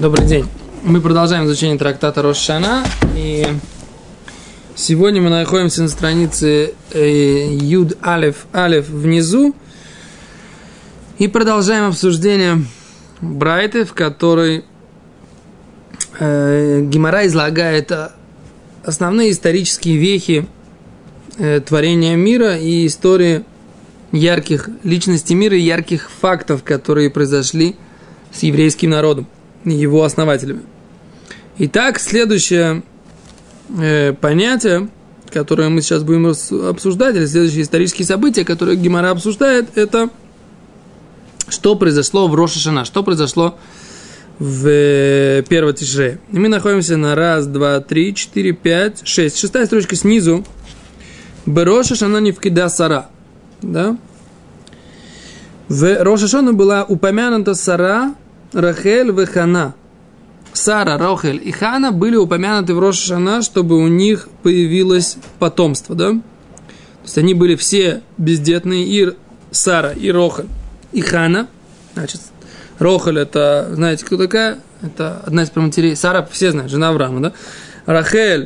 Добрый день. Мы продолжаем изучение трактата Рош ха-Шана. И сегодня мы находимся на странице Юд Алеф внизу. И продолжаем обсуждение Брайты, в которой Гемара излагает основные исторические вехи творения мира и истории ярких личностей мира и ярких фактов, которые произошли с еврейским народом и его основателями. Итак, следующее понятие, которое мы сейчас будем обсуждать, или следующие исторические события, которые Гемара обсуждает, это что произошло в Рош ха-Шана, что произошло в первом Тишре. И мы находимся на 1, 2, 3, 4, 5, 6. Шестая строчка снизу. Рош ха-Шана нефкида Сара. Да? В Рош ха-Шана была упомянута Сара, Рахель и Хана. Сара, Рахель и Хана были упомянуты в Рош ха-Шана, чтобы у них появилось потомство. Да? То есть они были все бездетные, и Сара, и Рахель, и Хана. Значит, Рахель это, знаете, кто такая? Это одна из праматерей. Сара, все знают, жена Авраама, да? Рахель,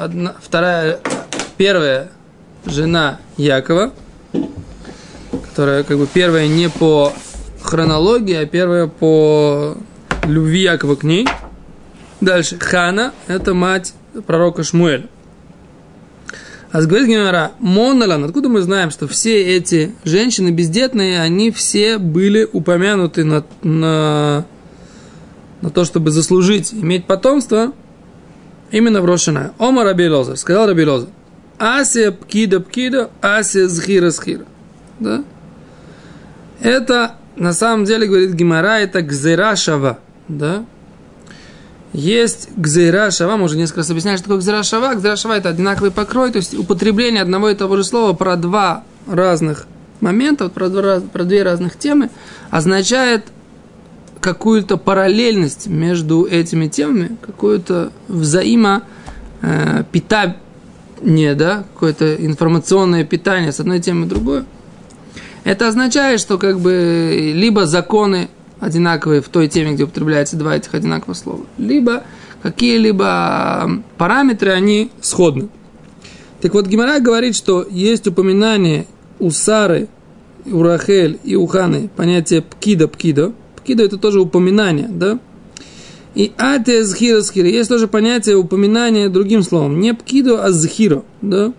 первая жена Якова, которая как бы первая не по хронологии, а первая по любви Якова к ней. Дальше, Хана, это мать пророка Шмуэля. А говорит Гемара, Моналан, откуда мы знаем, что все эти женщины бездетные, они все были упомянуты на то, чтобы заслужить, иметь потомство, именно в Рош ха-Шана. Ома Раби Лозер, сказал Раби Лозер, Асия пкида, Асия схира. Да? Это, на самом деле, говорит Гемара, это гзейра шава. Да? Есть гзейра шава, мы уже несколько раз объясняли, что такое гзейра шава. Гзейра шава – это одинаковый покрой, то есть употребление одного и того же слова про два разных момента, про две разных темы, означает какую-то параллельность между этими темами, какое-то взаимопитание, да, какое-то информационное питание с одной темы в другую. Это означает, что как бы либо законы одинаковые в той теме, где употребляются два этих одинаковых слова, либо какие-либо параметры, они сходны. Так вот, Гемара говорит, что есть упоминание у Сары, у Рахель и у Ханы понятие пкида. Пкида это тоже упоминание, да? И атия зхира. Есть тоже понятие упоминания другим словом. Не пкиду, а зхиро, да?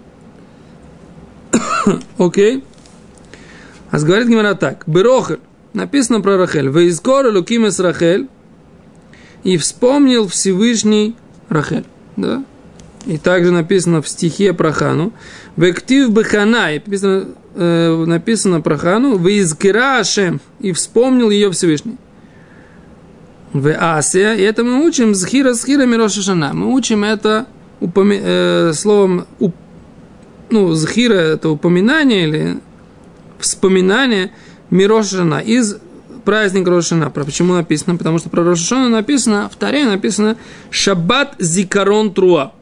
Окей. А говорит Гемара так. Берохель. Написано про Рахель. Ваизкор элоким эс Рахель. И вспомнил Всевышний Рахель. Да? И также написано в стихе про Хану. Вектив бехана. И написано про Хану. Ваизкира Ашем. И вспомнил ее Всевышний. В Асия. И это мы учим зхира Рош ха-Шана. Мы учим это словом зхира это упоминание или вспоминание Рош ха-Шана из праздника Рош ха-Шана. Почему написано? Потому что про Рош ха-Шана написано, в Торе написано Шаббат зикарон труа.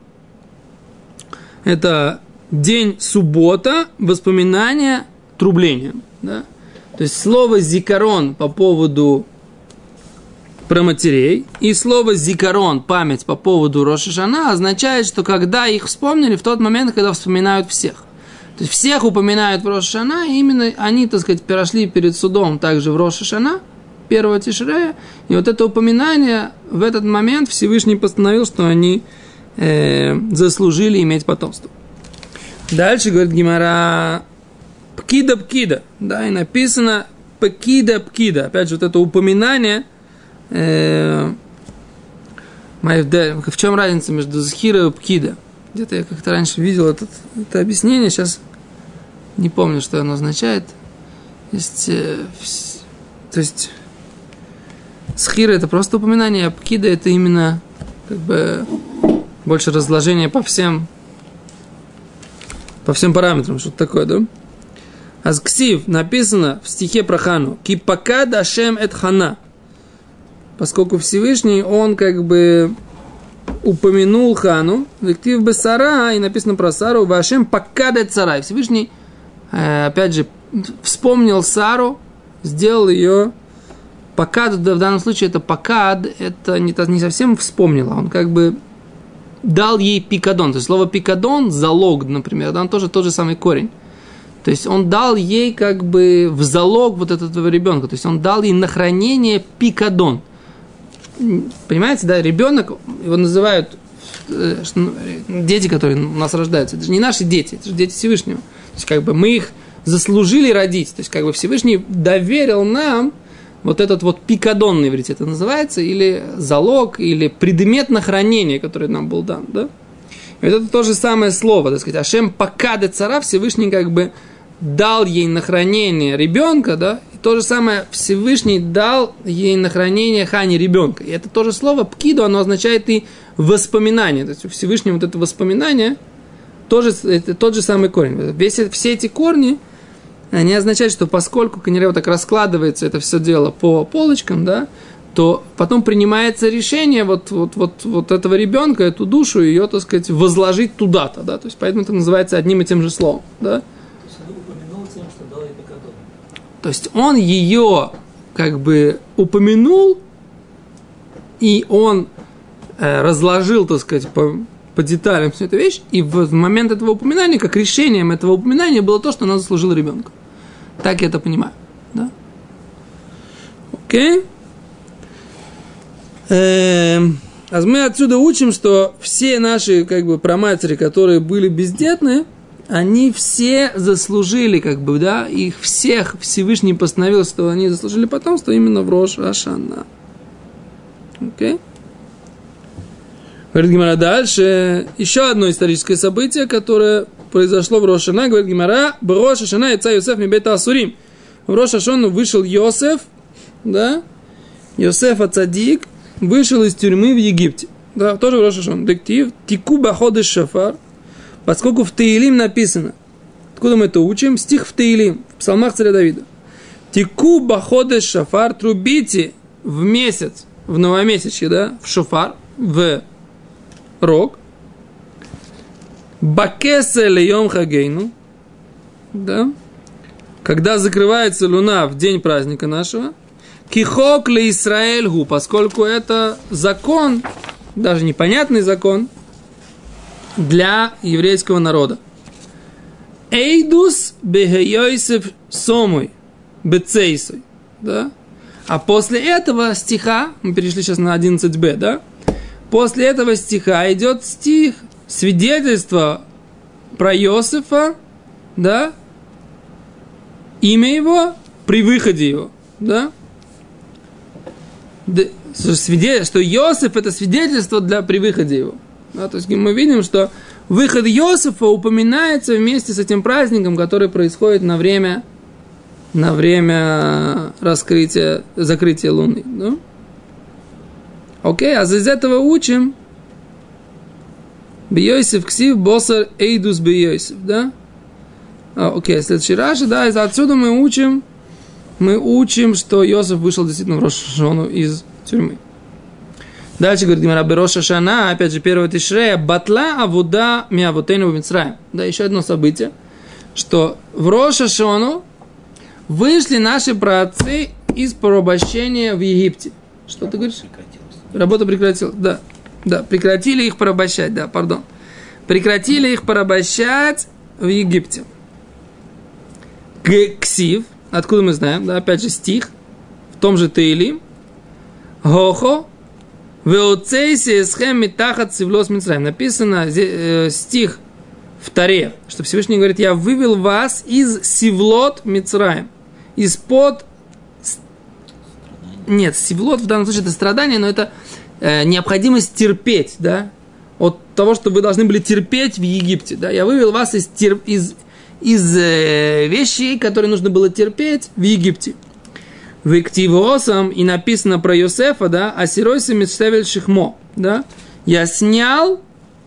Это день суббота, воспоминание трубления. Да? То есть слово зикарон по поводу праматерей и слово зикарон, память по поводу Рош ха-Шана означает, что когда их вспомнили, в тот момент, когда вспоминают всех. То есть всех упоминают в Рош ха-Шана, и именно они, так сказать, прошли перед судом также в Рош ха-Шана, первого Тишрея, и вот это упоминание, в этот момент Всевышний постановил, что они заслужили иметь потомство. Дальше говорит Гемара пкида, да, и написано пкида. Опять же, вот это упоминание, в чем разница между зхира и пкида? Где-то я как-то раньше видел это объяснение, сейчас не помню, что оно означает. То есть схира это просто упоминание, а пкида это именно как бы больше разложение по всем параметрам, что-то такое, да? Азксив написано в стихе про Хану Кипакад Ашем эт Хана, поскольку Всевышний, он как бы упомянул Хану, вектив бы Сара, и написано про Сару, Вашем покадет Сарай. Всевышний, опять же, вспомнил Сару, сделал ее покад, в данном случае это покад, это не совсем вспомнила, он как бы дал ей пикадон. То есть слово пикадон, залог, например, да, он тоже тот же самый корень. То есть он дал ей как бы в залог вот этого ребенка. То есть он дал ей на хранение пикадон. Понимаете, да, ребенок, его называют дети, которые у нас рождаются. Это же не наши дети, это же дети Всевышнего. То есть как бы мы их заслужили родить. То есть как бы Всевышний доверил нам вот этот вот пикадон, на иврите это называется, или залог, или предмет на хранение, который нам был дан, да? И вот это то же самое слово, так сказать, Ашем покаде цара, Всевышний как бы дал ей на хранение ребенка, да, и то же самое Всевышний дал ей на хранение хани ребенка. И это тоже слово пкиду, оно означает и воспоминание, то есть у Всевышнего вот это воспоминание, тоже, это тот же самый корень. Все эти корни, они означают, что поскольку вот так раскладывается это все дело по полочкам, да, то потом принимается решение вот этого ребенка, эту душу, ее, так сказать, возложить туда-то, да, то есть поэтому это называется одним и тем же словом, да. То есть он ее как бы упомянул, и он разложил, так сказать, по деталям всю эту вещь, и в момент этого упоминания, как решением этого упоминания было то, что она заслужила ребенка. Так я это понимаю, да? Окей? А мы отсюда учим, что все наши как бы праматери, которые были бездетны, они все заслужили, как бы, да, их всех Всевышний постановил, что они заслужили потомство именно в Рош ха-Шана. Окей? Говорит Гемара дальше. Еще одно историческое событие, которое произошло в Рош ха-Шана. Говорит Гемара, в Рош ха-Шана яца Йосеф мибейта асурим. В Рош ха-Шану вышел Йосеф, да, Йосеф ацадик, вышел из тюрьмы в Египте. Да, тоже в Рош ха-Шану. Дектив, тику баходы шафар. Поскольку в Таилим написано, откуда мы это учим? Стих в Таилим, в псалмах царя Давида. Тику баходе шафар, трубите в месяц, в новомесячье, да, в шофар, в рог. Бакесе лейом хагейну, да, когда закрывается луна в день праздника нашего. Кихок ле Исраэльгу, поскольку это закон, даже непонятный закон, для еврейского народа. Эйдус бехейосеф сомой бецейсой, да? А после этого стиха, мы перешли сейчас на 11b, да? После этого стиха идет стих, свидетельство про Йосефа, да? Имя его при выходе его, да? Что Йосеф это свидетельство при выходе его. Да, то есть мы видим, что выход Йосефа упоминается вместе с этим праздником, который происходит на время закрытия Луны. Да? Окей, а из этого учим Бейосеф ксив босар эйдус бейосеф, да? Окей, следующий Раши, да, и отсюда мы учим, что Йосеф вышел действительно в Рош ха-Шану из тюрьмы. Дальше говорит Гемара Рош ха-Шана, опять же, 1 Тишрея, батла авуда миавотейну в Мицраим. Да, еще одно событие, что в Рош ха-Шану вышли наши праотцы из порабощения в Египте. Что ты говоришь? Работа прекратилась, да. Да, прекратили их порабощать, да, пардон. Прекратили их порабощать в Египте. Ксив, откуда мы знаем, да, опять же стих, в том же Таилим. Гохо, веоцейси эсхем митахат сивлос Мицраим. Написано стих в Торе, что Всевышний говорит, я вывел вас из сивлот Мицраим, из-под... Нет, сивлот в данном случае это страдание, но это необходимость терпеть, да, от того, что вы должны были терпеть в Египте, да, я вывел вас из вещей, которые нужно было терпеть в Египте. В Иктивосам и написано про Йосефа, да, асиройся митштевель шихмо, да, я снял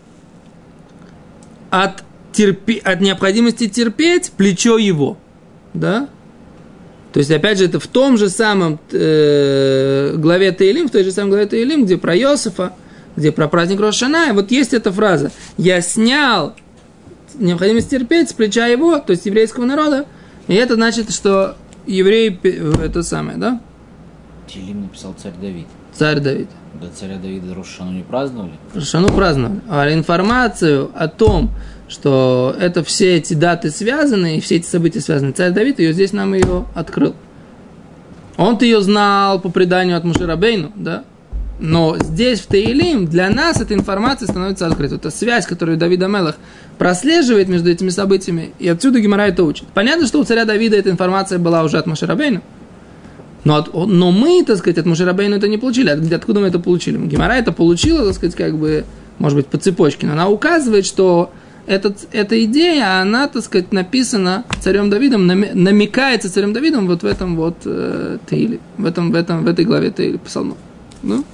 от необходимости терпеть плечо его, да. То есть, опять же, это в том же самом главе Таилим, в той же самой главе Таилим, где про Йосефа, где про праздник Рош ха-Шана, и вот есть эта фраза. Я снял необходимость терпеть с плеча его, то есть еврейского народа, и это значит, что евреи, это самое, да? Тилим написал царь Давид. Царь Давид. До царя Давида Рош ха-Шану не праздновали? Рош ха-Шану праздновали. А информацию о том, что это все эти даты связаны, и все эти события связаны, царь Давид ее здесь нам ее открыл. Он-то ее знал по преданию от Моше Рабейну, да? Но здесь, в Теилим, для нас эта информация становится открытой. Это связь, которую Давид а-Мелех прослеживает между этими событиями, и отсюда Гемара это учит. Понятно, что у царя Давида эта информация была уже от Моше Рабейну, но мы, так сказать, от Моше Рабейну это не получили. Откуда мы это получили? Гемара это получила, так сказать, как бы, может быть, по цепочке, но она указывает, что эта идея, она, так сказать, написана царем Давидом, намекается царем Давидом вот в этом вот Теиле, в этой главе Теиле псалмов. Ну?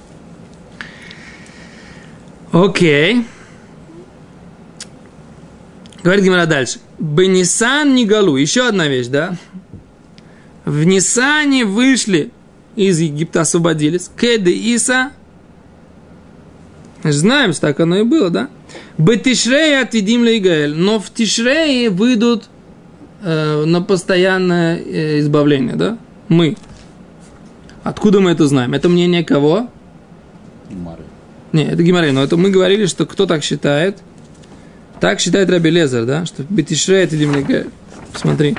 Окей. Говорит Гемара дальше. Бенисан не галу. Еще одна вещь, да? В Нисане вышли из Египта, освободились. Кеды Иса. Знаем, что так оно и было, да? Бетишрей отведим лейгаэль. Но в Тишрее выйдут на постоянное избавление, да? Мы. Откуда мы это знаем? Это мнение кого? Гемары. Не, это Гемары, но это мы говорили, что кто так считает? Так считает Раби Лезер, да? Что Бетишрей отведим лейгаэль. Смотри.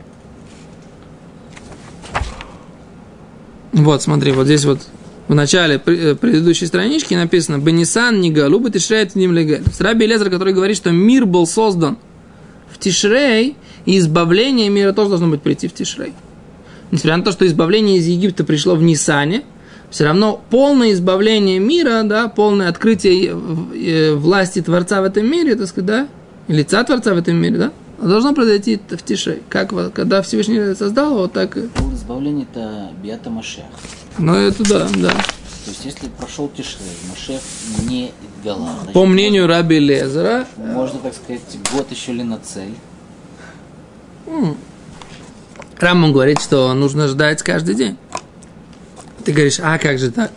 Вот, смотри, вот здесь вот в начале предыдущей странички написано «Бенисан не галу, бетишрей отведим лейгаэль». Раби Лезер, который говорит, что мир был создан в Тишрей, и избавление мира тоже должно быть прийти в Тишрей. Несмотря на то, что избавление из Египта пришло в Нисане, все равно полное избавление мира, да, полное открытие власти Творца в этом мире, так сказать, да, и лица Творца в этом мире, да, должно произойти в Тишрей. Как когда Всевышний создал его, так и... Избавление – это Биата Машех. Ну, это да. То есть, если прошел Тишрей, Машех не Идгала. По мнению Раби Лезера... Можно, так сказать, год еще ли на цель. Рамбам говорит, что нужно ждать каждый день. Ты говоришь, а как же так?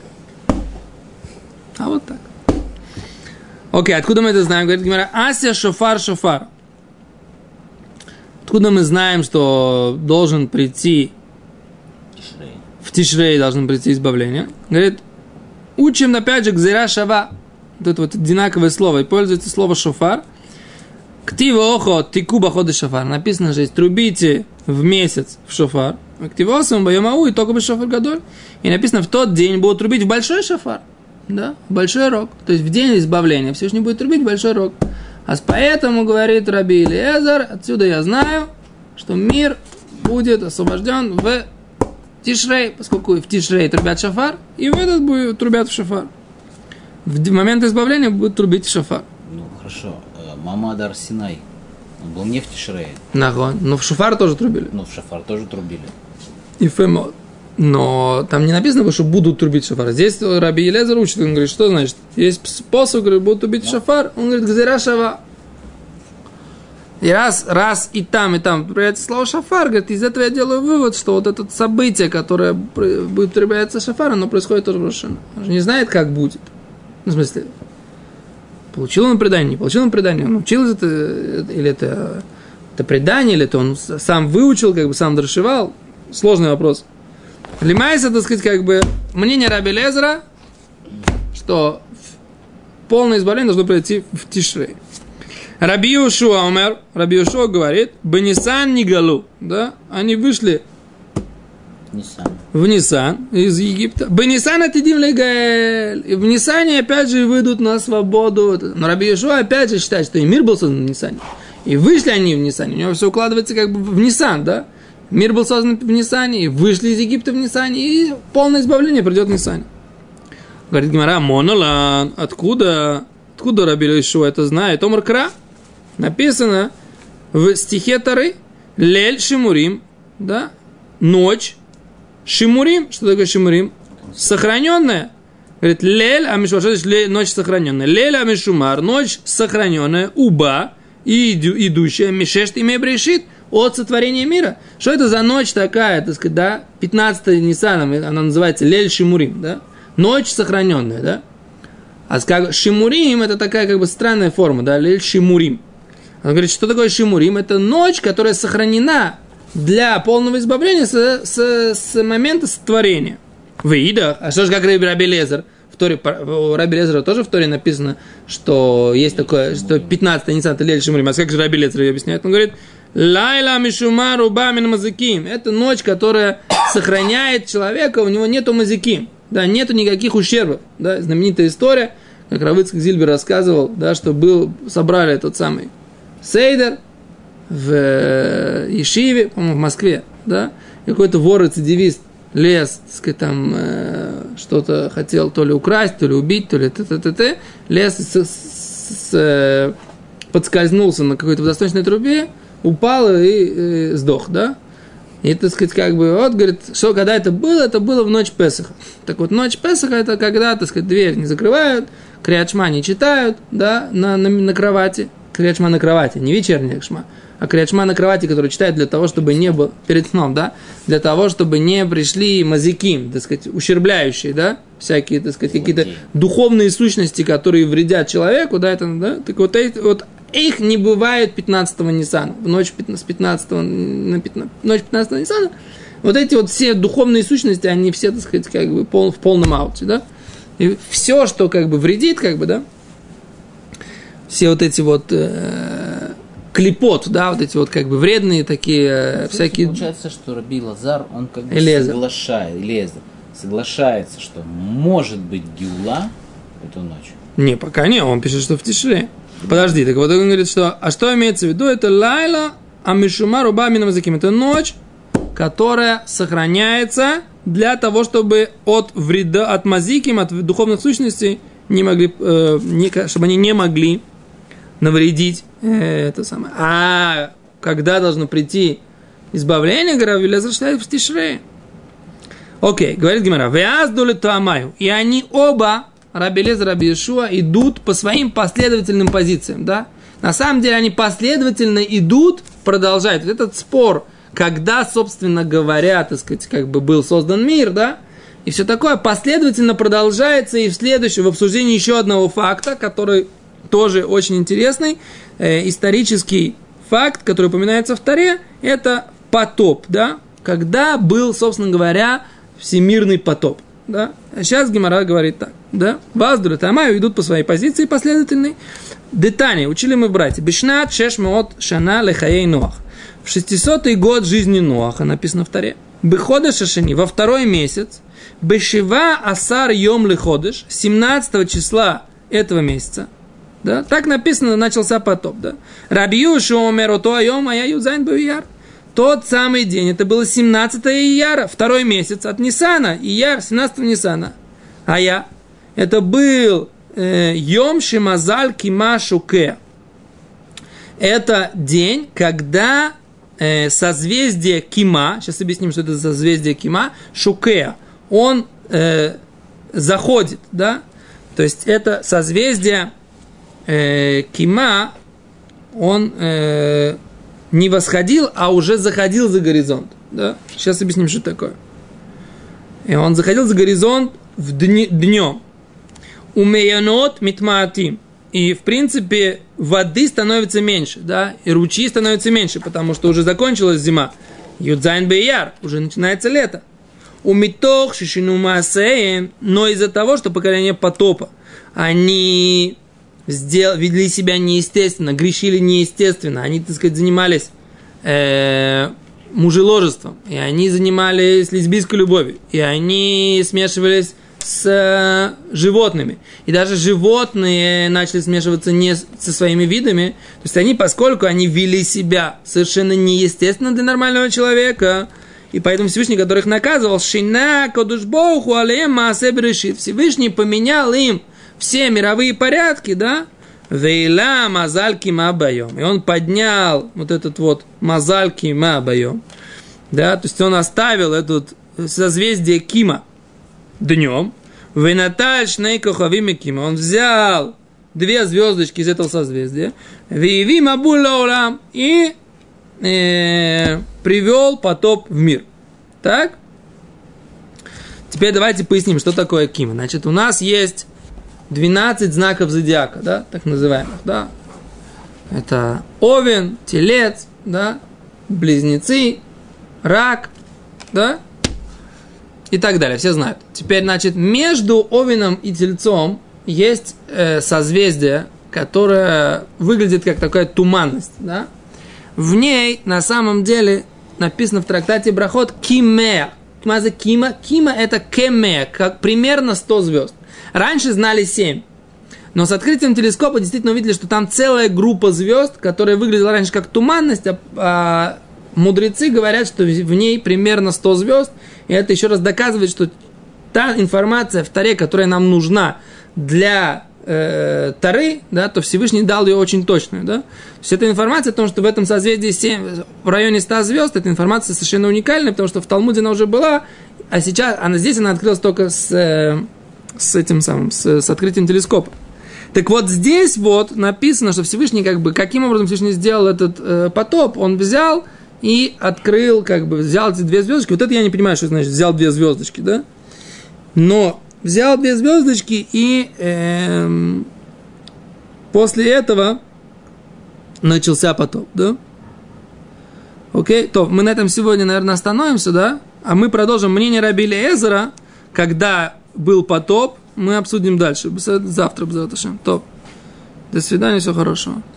А вот так. Окей, откуда мы это знаем? Говорит Гемара, Ася шофар шофар. Откуда мы знаем, что должен прийти Тишрей. в Тишрей должен прийти избавление? Говорит, учим опять же гзира шава. Вот это вот одинаковое слово. И пользуется слово шофар. Ктива охо тику ходы шофар. Написано же, трубите в месяц в шофар. Ктива осам баямау и только бы шофар гадоль. И написано, в тот день будут трубить в большой шофар. Да, в большой рог. То есть в день избавления Всевышний будет трубить в большой рог. А поэтому, говорит Раби Элиэзер, отсюда я знаю, что мир будет освобожден в Тишрей, поскольку в Тишрей трубят шофар, и в этот будет трубят в шофар. В момент избавления будут трубить в шофар. Ну, хорошо. Мамадар Синай, он был не в Тишрее. Нагон. Но в шофар тоже трубили. Ну, в шофар тоже трубили. И фемот. Но там не написано, что будут трубить шофар. Здесь Раби Элиэзер учит, он говорит, что значит? Есть способ, говорит, будут трубить шофар. Он говорит, гзира шава. И раз и там появляется слово шофар, говорит, из этого я делаю вывод, что вот это событие, которое будет трубляться шофар, оно происходит тоже в Рош ха-Шана. Он же не знает, как будет. Ну, в смысле, получил он предание, не получил он предание, он учил это, или это предание, или это он сам выучил, как бы сам дрошевал. Сложный вопрос. Лимайса, так сказать, как бы мнение Раби Лезера, что полное избавление должно пройти в Тишрей. Раби Йошуа умер, Раби Йошуа говорит, Бенисан не галу, да, они вышли в Нисан из Египта. Бенисан отидим легаэль, и в Нисане опять же выйдут на свободу. Но Раби Йошуа опять же считает, что и мир был создан в Нисане. И вышли они в Нисане, у него все укладывается как бы в Нисан, да. Мир был создан в Нисане, и вышли из Египта в Нисане, и полное избавление придет в Нисане. Говорит Гемара, монолан, откуда Раби Йошуа это знает? Омар Кра, написано в стихе Тары, Лель Шимурим, да, ночь, Шимурим, что такое Шимурим? Сохраненная. Говорит, Лель Амишумар, что значит ночь сохраненная? Лель Амишумар, ночь сохраненная, Уба, и идущая, Мишешт и Мебрешит, от сотворения мира. Что это за ночь такая, так сказать, да? 15 Ниссаном, она называется Лель Шимурим, да? Ночь сохраненная, да? А Шимурим это такая как бы странная форма, да? Лель Шимурим. Он говорит, что такое Шимурим? Это ночь, которая сохранена для полного избавления с момента сотворения. В Идах. А что же как Раби Лезер? В Торе, у Раби Лезера тоже в Торе написано, что есть такое, что 15-й Нисан Лель Шимурим. А как же Раби Лезер ее объясняет? Он говорит, Лайла Мишума Рубамин Мазыким. Это ночь, которая сохраняет человека, у него нету мазыким. Да, нету никаких ущербов. Да, знаменитая история, как Рав Ицхак Зильбер рассказывал, да, что собрали тот самый сейдер в Ешиве, по-моему, в Москве, да, и какой-то вор-рецидивист лез, так сказать, там что-то хотел то ли украсть, то ли убить, то ли т-т-т-т, лез, подскользнулся на какой-то водосточной трубе, упал и сдох, да. И, так сказать, как бы, вот, говорит, что когда это было в ночь Песаха. Так вот, ночь Песаха, это когда, так сказать, дверь не закрывают, Крият Шма не читают, да, на кровати. Крият Шма на кровати, не вечерняя шма, а Крият Шма на кровати, который читают для того, чтобы не было, перед сном, да, для того, чтобы не пришли мазиким, так сказать, ущербляющие, да, всякие, так сказать, какие-то духовные сущности, которые вредят человеку, да, это, да, так вот их не бывает 15-го Ниссана. В ночь с 15-го на 15, ночь 15-го Ниссана вот эти вот все духовные сущности, они все, так сказать, как бы в полном ауте, да? И все, что как бы вредит, как бы, да? Все вот эти вот клипот, да, вот эти вот как бы вредные такие всякие... Получается, что Раби Лазар, он как бы соглашается, что может быть геула эту ночь. Не, пока не, он пишет, что в Тишре. Подожди, так вот он говорит, что... А что имеется в виду? Это лайла амишума рубамин мазаким. Это ночь, которая сохраняется для того, чтобы от вреда, от мазиким, от духовных сущностей не могли, чтобы они не могли навредить это самое. А когда должно прийти избавление, говорит, разрешает в Тишре. Окей, говорит Гемара. Веаздули туамаю. И они оба, Раби Лезер, Раби Йешуа, идут по своим последовательным позициям, да? На самом деле они последовательно идут, продолжают. Этот спор, когда, собственно говоря, так сказать, как бы был создан мир, да? И все такое последовательно продолжается и в обсуждении еще одного факта, который тоже очень интересный, исторический факт, который упоминается в Торе, это потоп, да? Когда был, собственно говоря, всемирный потоп. Да? А сейчас Гемара говорит так, да? Ваздуля Тамаю идут по своей позиции последовательной. Детани, учили мы в братья. Бешнат шешмеот шана лехаей Ноах. В 600-й год жизни Ноаха, написано в Торе. Бехода шашени, во второй месяц. Бешива асар йом леходеш, 17 числа этого месяца. Да? Так написано, начался потоп. Да? Рабию шоумер ото айом ая юзайн баюяр. Тот самый день, это было 17 Ияра, второй месяц от Ниссана, Ияр, 17 Ниссана. А я, это был Йом Шимазаль Кима Шуке. Это день, когда созвездие Кима, сейчас объясним, что это созвездие Кима, Шуке, он заходит, да, то есть это созвездие Кима, он... не восходил, а уже заходил за горизонт. Да? Сейчас объясним, что это такое. И он заходил за горизонт днем. Умеянот митмаатим. И, в принципе, воды становится меньше, да, и ручьи становятся меньше, потому что уже закончилась зима. Юдзайн бейяр, уже начинается лето. Умитох шишину маасеем, но из-за того, что поколение потопа, они... вели себя неестественно, грешили неестественно, они, так сказать, занимались мужеложеством, и они занимались лесбийской любовью, и они смешивались с животными, и даже животные начали смешиваться не со своими видами, то есть они, поскольку они вели себя совершенно неестественно для нормального человека, и поэтому Всевышний, который их наказывал, Шина Кодушбоуху алеем маасе берешит, Всевышний поменял им все мировые порядки, да, Вейла мазаль кима байом. И он поднял вот этот вот мазаль кима байом, да, то есть он оставил этот созвездие Кима днем. Вейнаталь шней кохавим Кима. Он взял 2 звездочки из этого созвездия. Вейви мабуль лаулам. И привел потоп в мир. Так? Теперь давайте поясним, что такое Кима. Значит, у нас есть 12 знаков зодиака, да, так называемых, да. Это Овен, Телец, да, Близнецы, Рак, да. и так далее, все знают. Теперь, значит, между Овином и Тельцом есть созвездие, которое выглядит как такая туманность, да? В ней, на самом деле, написано в трактате Брахот «Кимеа». Кимаза Кима. Кима – это кемеа, как примерно 100 звезд. Раньше знали 7. Но с открытием телескопа действительно увидели, что там целая группа звезд, которая выглядела раньше как туманность, а мудрецы говорят, что в ней примерно 100 звезд. И это еще раз доказывает, что та информация в Торе, которая нам нужна для Торы, да, то Всевышний дал ее очень точную. Да? То есть эта информация о том, что в этом созвездии 7, в районе 100 звезд, эта информация совершенно уникальная, потому что в Талмуде она уже была, а сейчас здесь она открылась только с открытием телескопа. Так вот здесь вот написано, что Всевышний каким образом Всевышний сделал этот потоп, он взял и открыл, взял эти 2 звездочки. Вот это я не понимаю, что значит взял 2 звездочки, да? Но взял 2 звездочки и после этого начался потоп, да? Окей, то мы на этом сегодня, наверное, остановимся, да? А мы продолжим мнение Раби Элиэзера, когда был потоп, мы обсудим дальше. Завтра, то. До свидания, всего хорошего.